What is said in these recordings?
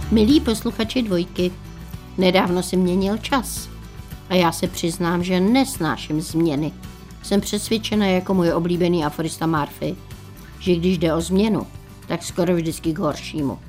Milí posluchači Dvojky, nedávno se měnil čas a já se přiznám, že nesnáším změny. Jsem přesvědčena jako můj oblíbený aforista Murphy, že když jde o změnu, tak skoro vždycky k horšímu.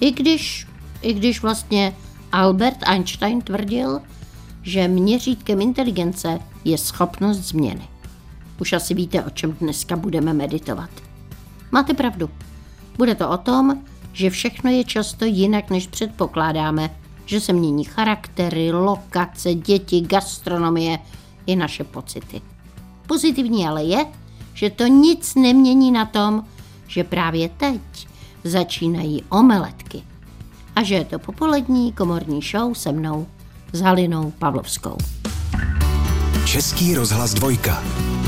I když vlastně Albert Einstein tvrdil, že měřítkem inteligence je schopnost změny. Už asi víte, o čem dneska budeme meditovat. Máte pravdu. Bude to o tom, že všechno je často jinak, než předpokládáme, že se mění charaktery, lokace, děti, gastronomie i naše pocity. Pozitivní ale je, že to nic nemění na tom, že právě teď začínají omeletky a že je to popolední komorní show se mnou, s Halinou Pavlovskou. Český rozhlas Dvojka.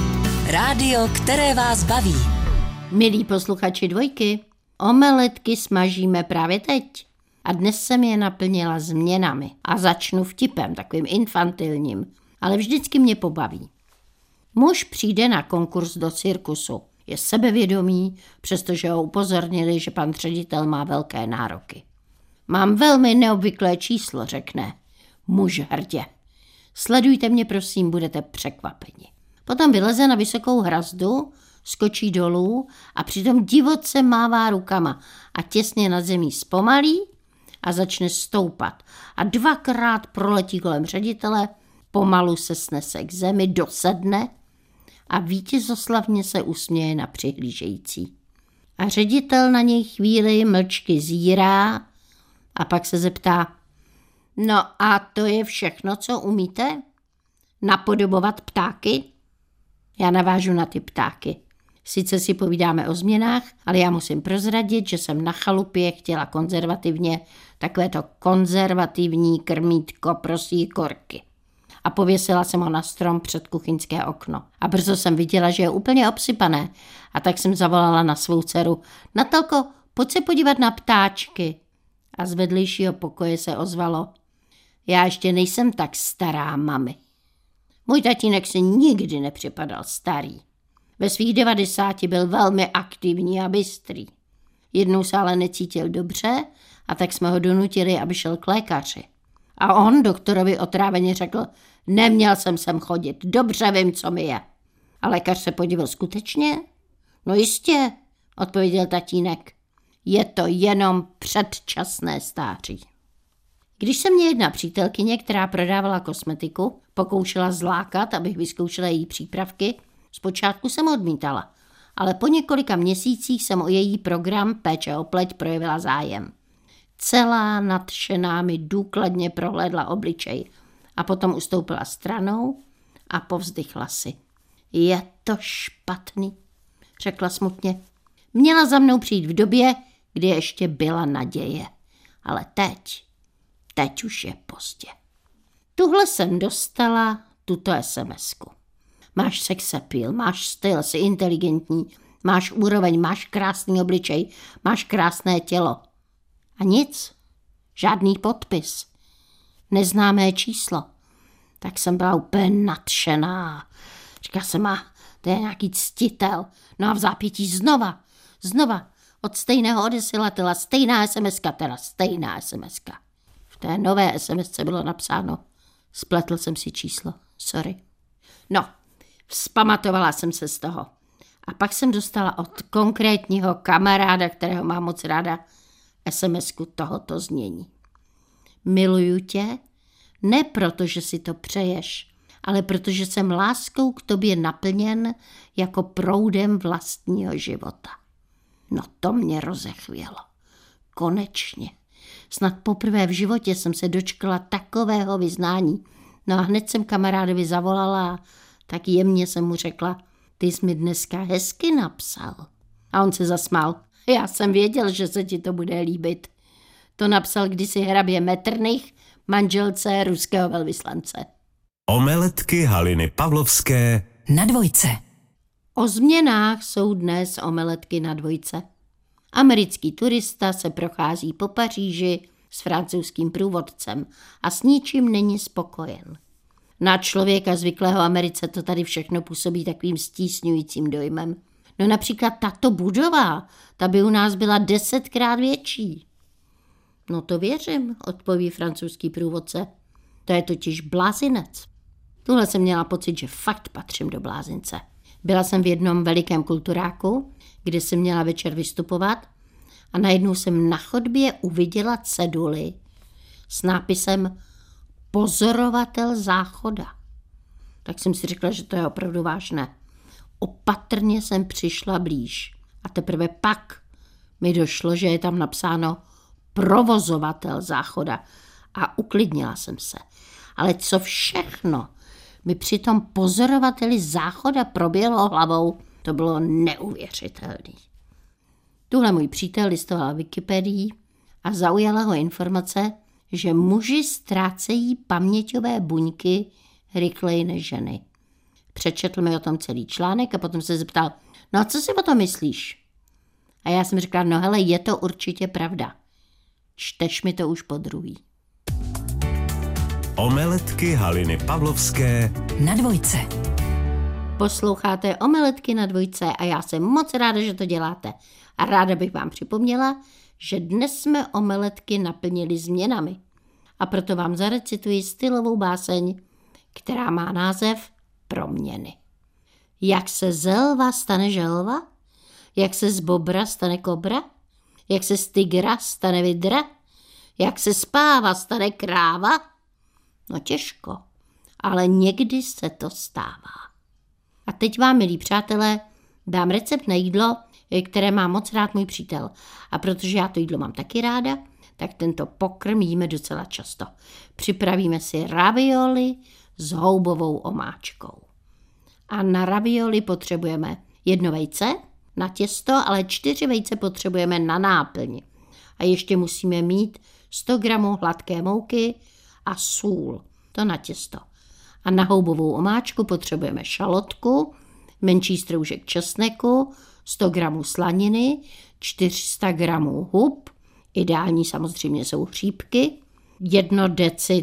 Rádio, které vás baví. Milí posluchači Dvojky, omeletky smažíme právě teď. A dnes jsem je naplnila změnami. A začnu vtipem, takovým infantilním, ale vždycky mě pobaví. Muž přijde na konkurs do cirkusu. Je sebevědomý, přestože ho upozornili, že pan ředitel má velké nároky. Mám velmi neobvyklé číslo, řekne muž hrdě. Sledujte mě, prosím, budete překvapeni. Potom vyleze na vysokou hrazdu, skočí dolů a přitom divoce mává rukama a těsně nad zemí zpomalí a začne stoupat. A dvakrát proletí kolem ředitele, pomalu se snese k zemi, dosedne a vítězoslavně se usměje na přihlížející. A ředitel na něj chvíli mlčky zírá a pak se zeptá: no a to je všechno, co umíte? Napodobovat ptáky? Já navážu na ty ptáky. Sice si povídáme o změnách, ale já musím prozradit, že jsem na chalupě chtěla konzervativně takovéto konzervativní krmítko pro síkorky. A pověsila jsem ho na strom před kuchyňské okno. A brzo jsem viděla, že je úplně obsypané. A tak jsem zavolala na svou dceru: Natalko, pojď se podívat na ptáčky. A z vedlejšího pokoje se ozvalo: já ještě nejsem tak stará, mami. Můj tatínek si nikdy nepřipadal starý. Ve svých 90 byl velmi aktivní a bystrý. Jednou se ale necítil dobře a tak jsme ho donutili, aby šel k lékaři. A on doktorovi otráveně řekl: neměl jsem sem chodit, dobře vím, co mi je. A lékař se podíval: skutečně? No jistě, odpověděl tatínek. Je to jenom předčasné stáří. Když se mě jedna přítelkyně, která prodávala kosmetiku, pokoušela zlákat, abych vyzkoušela její přípravky, zpočátku jsem odmítala, ale po několika měsících jsem o její program péče o pleť projevila zájem. Celá nadšená mi důkladně prohlédla obličej a potom ustoupila stranou a povzdychla si. Je to špatný, řekla smutně. Měla za mnou přijít v době, kdy ještě byla naděje, ale teď už je pozdě. Tuhle jsem dostala, tuto SMS-ku. Máš sex appeal, máš styl, jsi inteligentní, máš úroveň, máš krásný obličej, máš krásné tělo. A nic, žádný podpis, neznámé číslo. Tak jsem byla úplně nadšená. Říkala jsem: to je nějaký ctitel. No a v zápětí znova, od stejného odesilatela, stejná SMS-ka. V té nové SMS-ce bylo napsáno: spletl jsem si číslo, sorry. No, vzpamatovala jsem se z toho. A pak jsem dostala od konkrétního kamaráda, kterého mám moc ráda, SMS-ku tohoto znění. Miluju tě, ne proto, že si to přeješ, ale protože jsem láskou k tobě naplněn jako proudem vlastního života. No to mě rozechvělo. Konečně. Snad poprvé v životě jsem se dočkala takového vyznání. No a hned jsem kamarádovi zavolala a tak jemně jsem mu řekla: ty jsi mi dneska hezky napsal. A on se zasmál. Já jsem věděl, že se ti to bude líbit. To napsal kdysi hrabě Metternich, manželce ruského velvyslance. Omeletky Haliny Pavlovské na Dvojce. O změnách jsou dnes omeletky na Dvojce. Americký turista se prochází po Paříži s francouzským průvodcem a s ničím není spokojen. Na člověka zvyklého Americe to tady všechno působí takovým stísňujícím dojmem. No například tato budova, ta by u nás byla 10krát větší. No to věřím, odpoví francouzský průvodce. To je totiž blázinec. Tuhle jsem měla pocit, že fakt patřím do blázince. Byla jsem v jednom velikém kulturáku, kde jsem měla večer vystupovat a najednou jsem na chodbě uviděla ceduli s nápisem Pozorovatel záchoda. Tak jsem si řekla, že to je opravdu vážné. Opatrně jsem přišla blíž a teprve pak mi došlo, že je tam napsáno Provozovatel záchoda a uklidnila jsem se. Ale co všechno mi při tom pozorovateli záchoda proběhlo hlavou, to bylo neuvěřitelné. Tuhle můj přítel listoval Wikipedii a zaujala ho informace, že muži ztrácejí paměťové buňky rychleji než ženy. Přečetl mi o tom celý článek a potom se zeptal, no a co si o tom myslíš? A já jsem říkala, no hele, je to určitě pravda. Čteš mi to už podruhý. Omeletky Haliny Pavlovské na Dvojce. Posloucháte Omeletky na Dvojce a já jsem moc ráda, že to děláte. A ráda bych vám připomněla, že dnes jsme omeletky naplnili změnami. A proto vám zarecituji stylovou báseň, která má název Proměny. Jak se zelva stane želva? Jak se z bobra stane kobra? Jak se z tygra stane vidra? Jak se z páva stane kráva? No těžko, ale někdy se to stává. A teď vám, milí přátelé, dám recept na jídlo, které má moc rád můj přítel. A protože já to jídlo mám taky ráda, tak tento pokrm jíme docela často. Připravíme si ravioli s houbovou omáčkou. A na ravioli potřebujeme 1 vejce na těsto, ale 4 vejce potřebujeme na náplň. A ještě musíme mít 100 gramů hladké mouky a sůl, to na těsto. A na houbovou omáčku potřebujeme šalotku, menší stroužek česneku, 100 gramů slaniny, 400 gramů hub, ideální samozřejmě jsou hříbky, 1 deci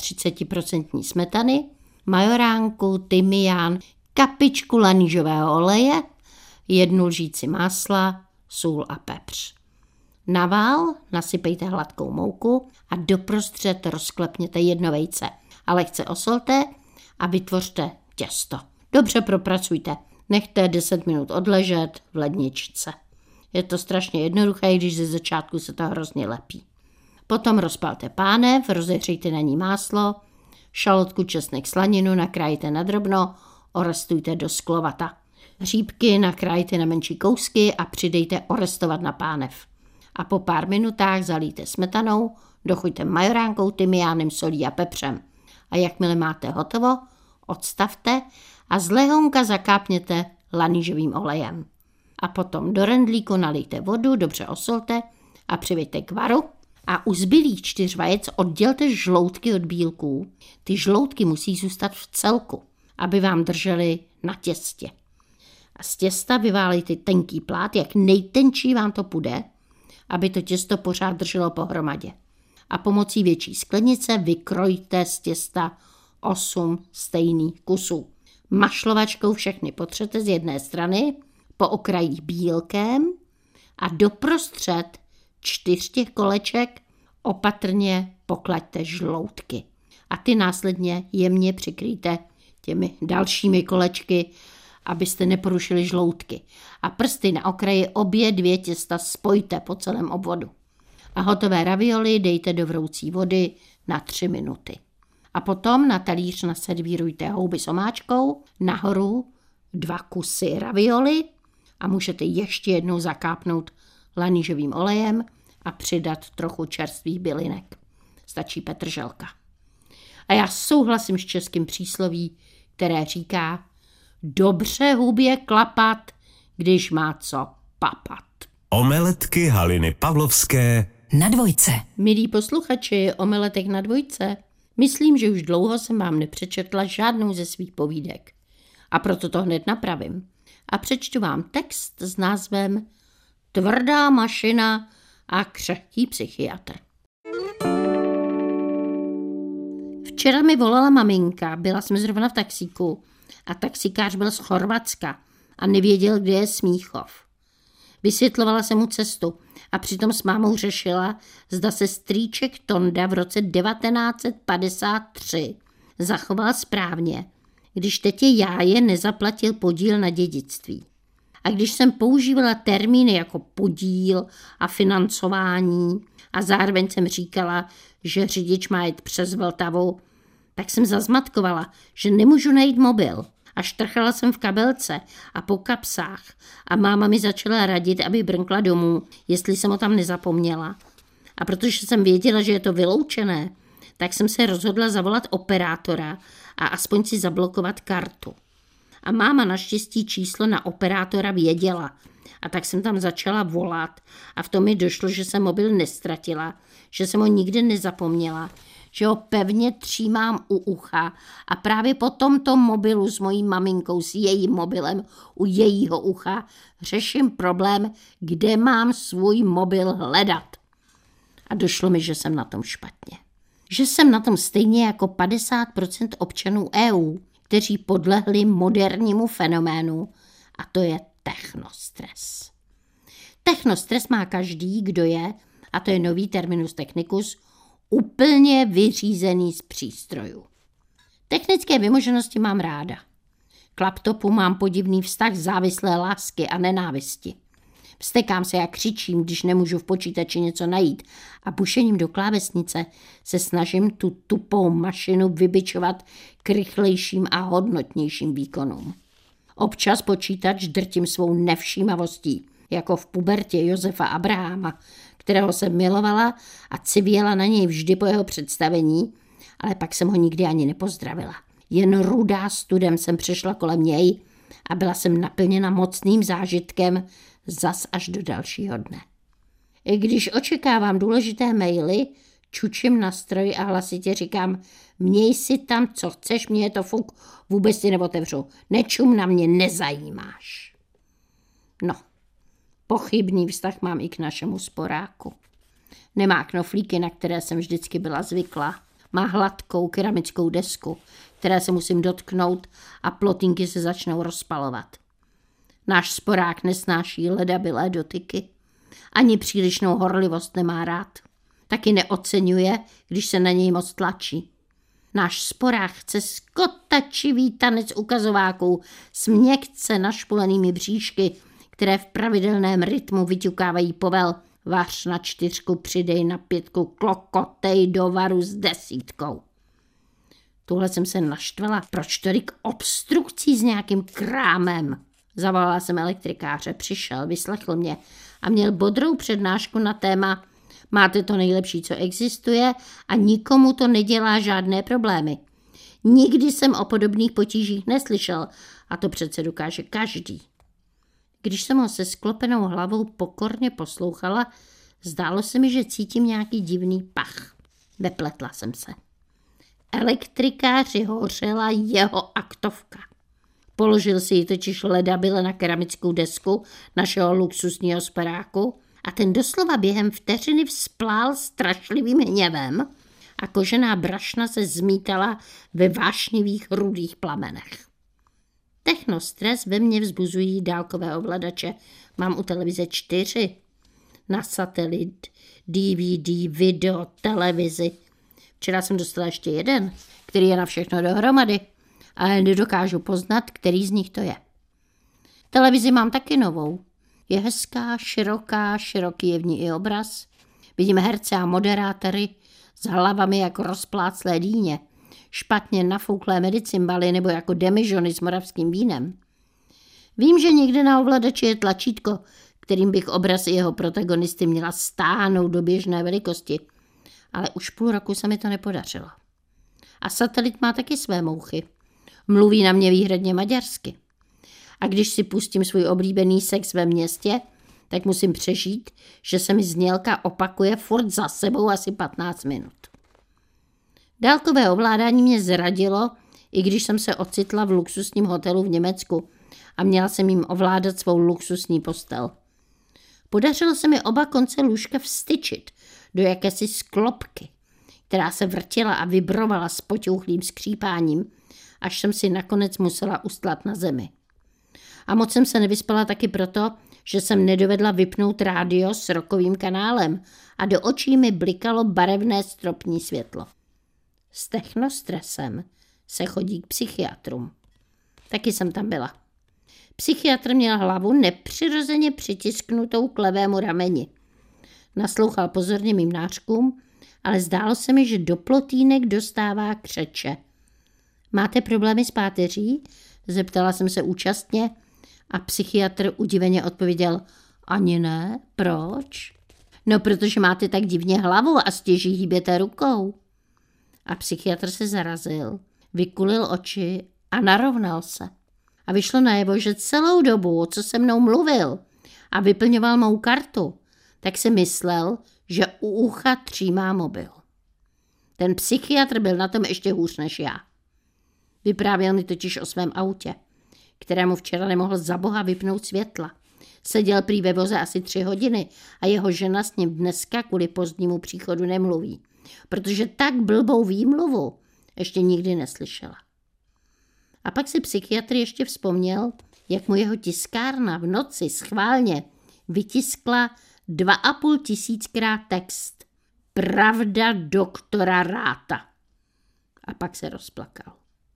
33% smetany, majoránku, tymián, kapičku lanížového oleje, 1 lžíci másla, sůl a pepř. Na vál nasypejte hladkou mouku a doprostřed rozklepněte 1 vejce. A lehce osolte a vytvořte těsto. Dobře propracujte. Nechte 10 minut odležet v ledničce. Je to strašně jednoduché, když ze začátku se to hrozně lepí. Potom rozpalte pánev, rozehřejte na ní máslo, šalotku, česnek, slaninu nakrájte na drobno, orestujte do sklovata. Hříbky nakrájte na menší kousky a přidejte orestovat na pánev. A po pár minutách zalijte smetanou, dochuťte majoránkou, tymiánem, solí a pepřem. A jakmile máte hotovo, odstavte a z lehonka zakápněte lanížovým olejem. A potom do rendlíku nalijte vodu, dobře osolte a přiveďte k varu. A u zbylých 4 vajec oddělte žloutky od bílků. Ty žloutky musí zůstat v celku, aby vám držely na těstě. A z těsta vyválejte tenký plát, jak nejtenčí vám to půjde, aby to těsto pořád drželo pohromadě. A pomocí větší sklenice vykrojte z těsta 8 stejných kusů. Mašlovačkou všechny potřete z jedné strany, po okrajích bílkem a doprostřed 4 koleček opatrně poklaďte žloutky. A ty následně jemně přikryjte těmi dalšími kolečky, abyste neporušili žloutky. A prsty na okraji obě 2 těsta spojte po celém obvodu. A hotové ravioli dejte do vroucí vody na 3 minuty. A potom na talíř naservírujte houby s omáčkou, nahoru 2 kusy ravioli a můžete ještě jednou zakápnout lanížovým olejem a přidat trochu čerstvých bylinek. Stačí petrželka. A já souhlasím s českým přísloví, které říká: dobře hubě klapat, když má co papat. Omeletky Haliny Pavlovské na Dvojce. Milí posluchači Omeletek na Dvojce, myslím, že už dlouho jsem vám nepřečetla žádnou ze svých povídek. A proto to hned napravím. A přečtu vám text s názvem Tvrdá mašina a křehký psychiatr. Včera mi volala maminka, byla jsem zrovna v taxíku a taxikář byl z Chorvatska a nevěděl, kde je Smíchov. Vysvětlovala jsem mu cestu a přitom s mámou řešila, zda se strýček Tonda v roce 1953 zachoval správně, když tetě Jáje nezaplatil podíl na dědictví. A když jsem používala termíny jako podíl a financování a zároveň jsem říkala, že řidič má jít přes Vltavu, tak jsem zazmatkovala, že nemůžu najít mobil. A štrchala jsem v kabelce a po kapsách a máma mi začala radit, aby brnkla domů, jestli jsem ho tam nezapomněla. A protože jsem věděla, že je to vyloučené, tak jsem se rozhodla zavolat operátora a aspoň si zablokovat kartu. A máma naštěstí číslo na operátora věděla. A tak jsem tam začala volat a v tom mi došlo, že jsem mobil nestratila, že jsem ho nikdy nezapomněla, že ho pevně třímám u ucha a právě po tomto mobilu s mojí maminkou, s jejím mobilem u jejího ucha, řeším problém, kde mám svůj mobil hledat. A došlo mi, že jsem na tom špatně. Že jsem na tom stejně jako 50% občanů EU, kteří podlehli modernímu fenoménu, a to je technostres. Technostres má každý, kdo je, a to je nový terminus technicus, úplně vyřízený z přístrojů. Technické vymoženosti mám ráda. K laptopu mám podivný vztah závislé lásky a nenávisti. Vztekám se a křičím, když nemůžu v počítači něco najít a pušením do klávesnice se snažím tu tupou mašinu vybičovat k rychlejším a hodnotnějším výkonům. Občas počítač drtím svou nevšímavostí, jako v pubertě Josefa Abrahama, kterého jsem milovala a civěla na něj vždy po jeho představení, ale pak jsem ho nikdy ani nepozdravila. Jen rudá studem jsem přešla kolem něj a byla jsem naplněna mocným zážitkem zas až do dalšího dne. I když očekávám důležité maily, čučím na stroj a hlasitě říkám, měj si tam, co chceš, mě je to fuk, vůbec ti neotevřu, nečum na mě, nezajímáš. No, pochybný vztah mám i k našemu sporáku. Nemá knoflíky, na které jsem vždycky byla zvyklá. Má hladkou keramickou desku, které se musím dotknout a plotínky se začnou rozpalovat. Náš sporák nesnáší ledabylé dotyky. Ani přílišnou horlivost nemá rád. Taky neoceňuje, když se na něj moc tlačí. Náš sporák chce skotačivý tanec ukazováků s měkce našpulenými bříšky, které v pravidelném rytmu vyťukávají povel. Vař na 4, přidej na 5, klokotej do varu s 10. Tuhle jsem se naštvala. Proč tolik obstrukcí s nějakým krámem? Zavolala jsem elektrikáře, přišel, vyslechl mě a měl bodrou přednášku na téma máte to nejlepší, co existuje a nikomu to nedělá žádné problémy. Nikdy jsem o podobných potížích neslyšel a to přece dokáže každý. Když jsem ho se sklopenou hlavou pokorně poslouchala, zdálo se mi, že cítím nějaký divný pach. Vepletla jsem se. Elektrikáři hořela jeho aktovka. Položil si ji totiž ledabyle na keramickou desku našeho luxusního sporáku a ten doslova během vteřiny vzplál strašlivým hněvem a kožená brašna se zmítala ve vášnivých rudých plamenech. Technostres ve mně vzbuzují dálkové ovladače. Mám u televize 4. Na satelit, DVD, video, televizi. Včera jsem dostala ještě jeden, který je na všechno dohromady, ale nedokážu poznat, který z nich to je. Televizi mám taky novou. Je hezká, široká, široký je v ní i obraz. Vidím herce a moderátory s hlavami jako rozpláclé dýně, špatně nafouklé medicimbaly nebo jako demižony s moravským vínem. Vím, že někde na ovladači je tlačítko, kterým bych obraz jeho protagonisty měla stáhnout do běžné velikosti, ale už půl roku se mi to nepodařilo. A satelit má taky své mouchy. Mluví na mě výhradně maďarsky. A když si pustím svůj oblíbený sex ve městě, tak musím přežít, že se mi znělka opakuje furt za sebou asi 15 minut. Dálkové ovládání mě zradilo, i když jsem se ocitla v luxusním hotelu v Německu a měla jsem jim ovládat svou luxusní postel. Podařilo se mi oba konce lůžka vstyčit do jakési sklopky, která se vrtila a vibrovala s poťouchlým skřípáním, až jsem si nakonec musela ustlat na zemi. A moc jsem se nevyspala taky proto, že jsem nedovedla vypnout rádio s rockovým kanálem a do očí mi blikalo barevné stropní světlo. S technostresem se chodí k psychiatrům. Taky jsem tam byla. Psychiatr měl hlavu nepřirozeně přitisknutou k levému rameni. Naslouchal pozorně mým nářkům, ale zdálo se mi, že do plotýnek dostává křeče. Máte problémy s páteří? Zeptala jsem se účastně a psychiatr udiveně odpověděl, ani ne, proč? No, protože máte tak divně hlavu a stěží hýbete rukou. A psychiatr se zarazil, vykulil oči a narovnal se. A vyšlo najevo, že celou dobu, co se mnou mluvil a vyplňoval mou kartu, tak si myslel, že u ucha třímá mobil. Ten psychiatr byl na tom ještě hůř než já. Vyprávěl mi totiž o svém autě, kterému včera nemohl za boha vypnout světla. Seděl prý ve voze asi 3 hodiny a jeho žena s ním dneska kvůli pozdnímu příchodu nemluví, protože tak blbou výmluvu ještě nikdy neslyšela. A pak si psychiatr ještě vzpomněl, jak mu jeho tiskárna v noci schválně vytiskla 2,5 tisíckrát text Pravda doktora Ráta. A pak se rozplakal.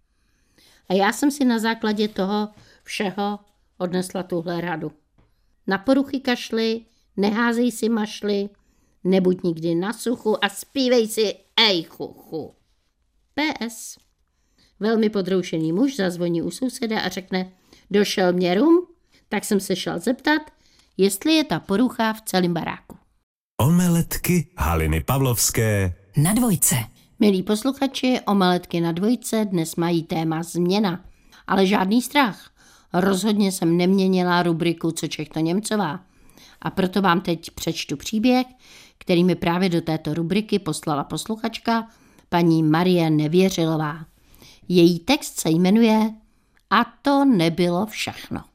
A já jsem si na základě toho všeho odnesla tuhle radu. Na poruchy kašli, neházej si mašly, nebuď nikdy na suchu a zpívej si ej chuchu. PS. Velmi podroušený muž zazvoní u souseda a řekne, došel mě rum, tak jsem se šel zeptat, jestli je ta porucha v celém baráku. Omeletky Haliny Pavlovské Na dvojce. Milí posluchači, Omeletky na dvojce dnes mají téma změna, ale žádný strach. Rozhodně jsem neměnila rubriku Co Čech to Němcová. A proto vám teď přečtu příběh, který mi právě do této rubriky poslala posluchačka paní Marie Nevěřilová. Její text se jmenuje A to nebylo všechno.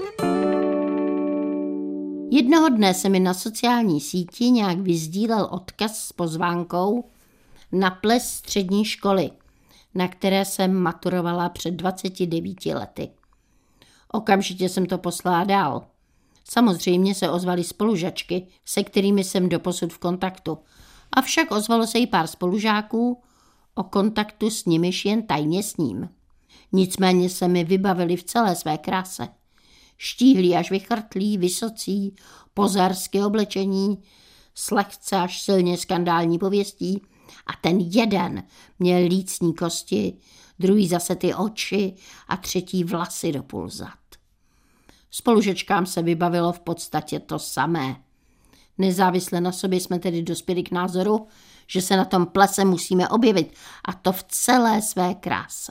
Jednoho dne se mi na sociální síti nějak vyzdílel odkaz s pozvánkou na ples střední školy, na které jsem maturovala před 29 lety. Okamžitě jsem to poslala dál. Samozřejmě se ozvaly spolužačky, se kterými jsem doposud v kontaktu. Avšak ozvalo se i pár spolužáků, o kontaktu s nimiž jen tajně sním. Nicméně se mi vybavili v celé své kráse. Štíhlí až vychrtlí, vysocí, pozarsky oblečení, s lehce až silně skandální pověstí a ten jeden měl lícní kosti, druhý zase ty oči a třetí vlasy do půl zad. Spolužečkám se vybavilo v podstatě to samé. Nezávisle na sobě jsme tedy dospěli k názoru, že se na tom plese musíme objevit a to v celé své kráse.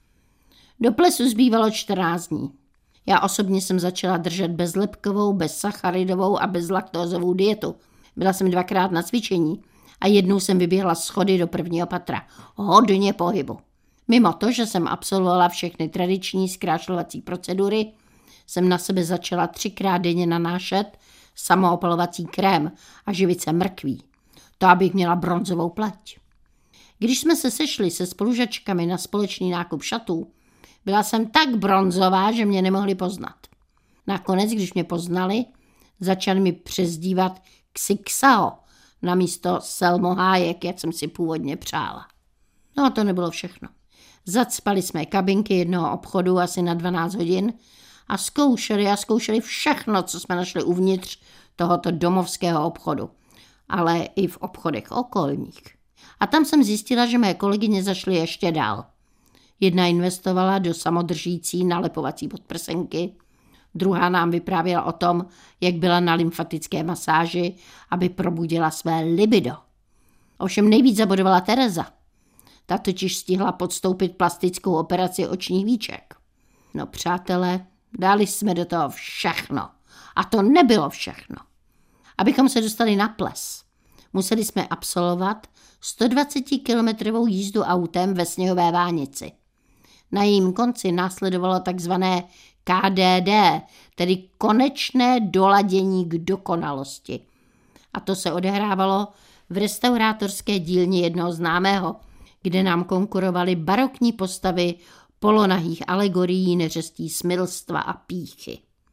Do plesu zbývalo 14 dní. Já osobně jsem začala držet bezlepkovou, bezsacharidovou a bezlaktózovou dietu. Byla jsem 2krát na cvičení a jednou jsem vyběhla schody do 1. patra. Hodně pohybu. Mimo to, že jsem absolvovala všechny tradiční zkrášlovací procedury, jsem na sebe začala 3krát denně nanášet samoopalovací krém a živice mrkví. To, abych měla bronzovou pleť. Když jsme se sešli se spolužačkami na společný nákup šatů, byla jsem tak bronzová, že mě nemohli poznat. Nakonec, když mě poznali, začali mi přezdívat Xixao namísto Selmo Hájek, jak jsem si původně přála. No a to nebylo všechno. Zacpali jsme kabinky jednoho obchodu asi na 12 hodin a zkoušeli všechno, co jsme našli uvnitř tohoto domovského obchodu, ale i v obchodech okolních. A tam jsem zjistila, že mé kolegyně zašly ještě dál. Jedna investovala do samodržící nalepovací podprsenky, druhá nám vyprávěla o tom, jak byla na lymfatické masáži, aby probudila své libido. Ovšem nejvíc zabodovala Tereza. Ta totiž stihla podstoupit plastickou operaci očních víček. No přátelé, dali jsme do toho všechno. A to nebylo všechno. Abychom se dostali na ples, museli jsme absolvovat 120-kilometrovou jízdu autem ve sněhové vánici. Na jejím konci následovalo takzvané KDD, tedy konečné doladění k dokonalosti. A to se odehrávalo v restaurátorské dílně jednoho známého, kde nám konkurovaly barokní postavy polonahých alegorií neřestí smilstva a pýchy.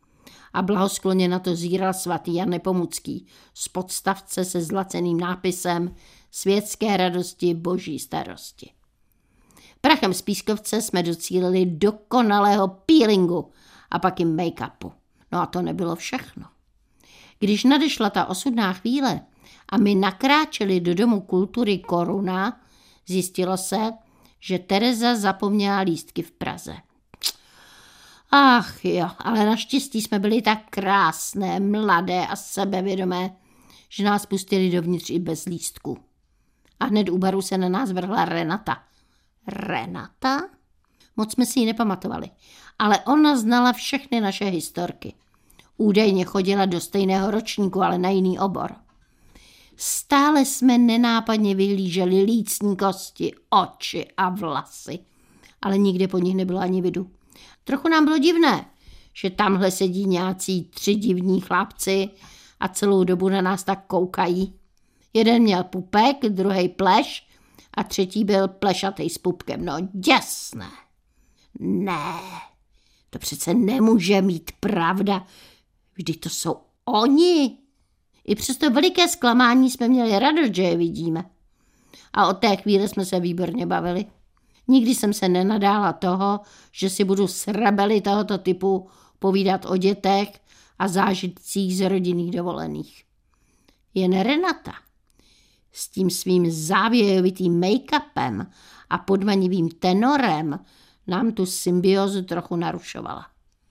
a blahoskloně na to zíral svatý Jan Nepomucký z podstavce se zlaceným nápisem Světské radosti, boží starosti. Prachem z pískovce jsme docílili dokonalého peelingu a pak i make-upu. No a to nebylo všechno. Když nadešla ta osudná chvíle a my nakráčeli do Domu kultury Koruna, zjistilo se, že Tereza zapomněla lístky v Praze. Ach jo, ale naštěstí jsme byli tak krásné, mladé a sebevědomé, že nás pustili dovnitř i bez lístků. A hned u baru se na nás vrhla Renata. Renata? Moc jsme si ji nepamatovali, ale ona znala všechny naše historky. Údajně chodila do stejného ročníku, ale na jiný obor. Stále jsme nenápadně vyhlíželi lícní kosti, oči a vlasy, ale nikde po nich nebylo ani vidu. Trochu nám bylo divné, že tamhle sedí nějací 3 divní chlapci a celou dobu na nás tak koukají. Jeden měl pupek, druhej pleš a třetí byl plešatej s pupkem. No děsné. Ne, to přece nemůže mít pravda. Vždyť to jsou oni. I přes to veliké zklamání jsme měli radost, že je vidíme. A od té chvíle jsme se výborně bavili. Nikdy jsem se nenadála toho, že si budu s rebeli tohoto typu povídat o dětech a zážitcích z rodinných dovolených. Jen Renata s tím svým závějovitým make-upem a podmanivým tenorem nám tu symbiozu trochu narušovala.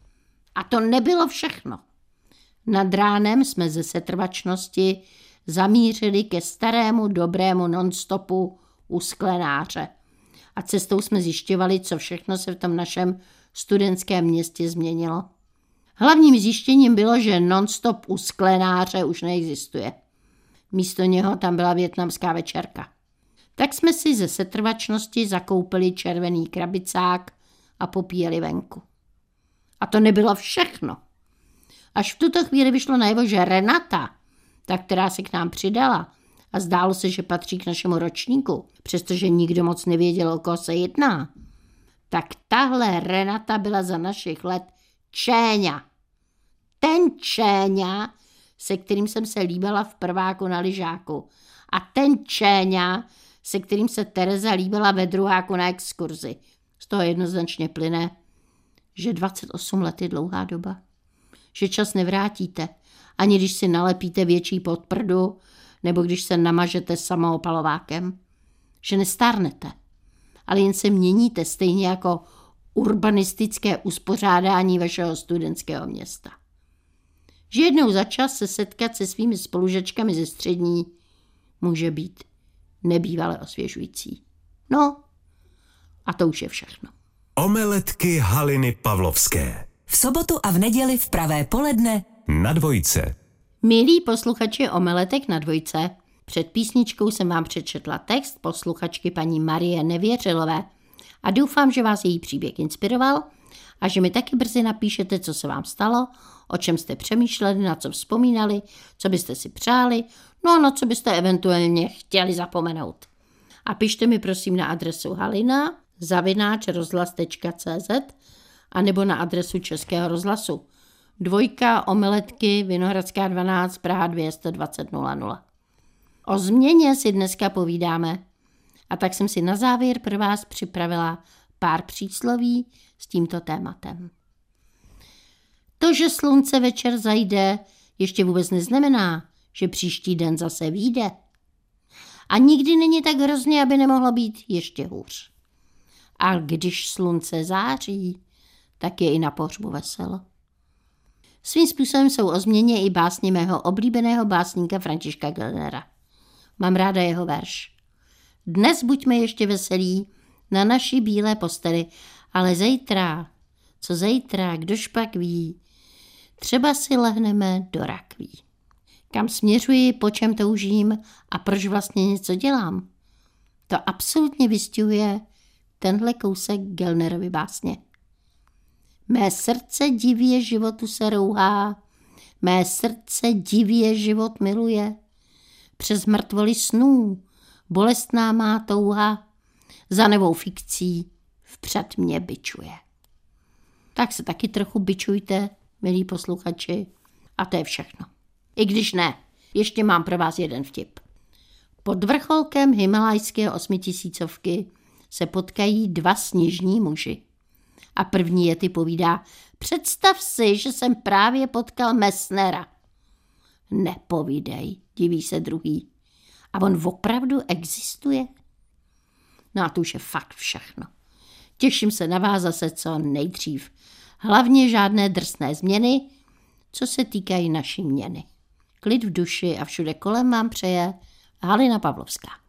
A to nebylo všechno. Nad ránem jsme ze setrvačnosti zamířili ke starému dobrému nonstopu u Sklenáře. A cestou jsme zjišťovali, co všechno se v tom našem studentském městě změnilo. Hlavním zjištěním bylo, že nonstop u Sklenáře už neexistuje. Místo něho tam byla vietnamská večerka. Tak jsme si ze setrvačnosti zakoupili červený krabicák a popíjeli venku. A to nebylo všechno. Až v tuto chvíli vyšlo najevo, že Renata, ta, která se k nám přidala, a zdálo se, že patří k našemu ročníku, přestože nikdo moc nevěděl, o koho se jedná, tak tahle Renata byla za našich let Čéňa. Ten Čéňa, se kterým jsem se líbala v prváku na lyžáku. A ten Čéňa, se kterým se Tereza líbila ve druháku na exkurzi. Z toho jednoznačně plyne, že 28 let je dlouhá doba. Že čas nevrátíte, ani když si nalepíte větší podprdu, nebo když se namažete samoopalovákem. Že nestárnete, ale jen se měníte stejně jako urbanistické uspořádání vašeho studentského města. Že jednou za čas se setkat se svými spolužačkami ze střední může být nebývale osvěžující. No, a to už je všechno. Omeletky Haliny Pavlovské. V sobotu a v neděli v pravé poledne Na Dvojce. Milí posluchači Omeletek na Dvojce, před písničkou jsem vám přečetla text posluchačky paní Marie Nevěřilové a doufám, že vás její příběh inspiroval a že mi taky brzy napíšete, co se vám stalo, o čem jste přemýšleli, na co vzpomínali, co byste si přáli, no a na co byste eventuálně chtěli zapomenout. A pište mi prosím na adresu halina@rozhlas.cz a nebo na adresu Českého rozhlasu 2 Omeletky Vinohradská 12 Praha 220 00. O změně si dneska povídáme a tak jsem si na závěr pro vás připravila pár přísloví s tímto tématem. To, že slunce večer zajde, ještě vůbec neznamená, že příští den zase vyjde. A nikdy není tak hrozně, aby nemohlo být ještě hůř. A když slunce září, tak je i na pohřbu veselo. Svým způsobem jsou o změně i básně mého oblíbeného básníka Františka Kellnera. Mám ráda jeho verš. Dnes buďme ještě veselí na naší bílé posteli, ale zítra, co zítra, kdož pak ví, třeba si lehneme do rakví. Kam směřuji, po čem toužím a proč vlastně něco dělám? To absolutně vystihuje tenhle kousek Kellnerovy básně. Mé srdce divě životu se rouhá, mé srdce divě život miluje. Přes mrtvoly snů bolestná má touha, za novou fikcí vpřed mě bičuje. Tak se taky trochu bičujte milí posluchači. A to je všechno. I když ne, ještě mám pro vás jeden vtip. Pod vrcholkem himalajské 8000 se potkají 2 sněžní muži. A první Yeti povídá, představ si, že jsem právě potkal Messnera. Nepovídej, diví se druhý. A on opravdu existuje? No a to už je fakt všechno. Těším se na vás zase co nejdřív. Hlavně žádné drsné změny, co se týkají naší měny. Klid v duši a všude kolem vám přeje Halina Pavlovská.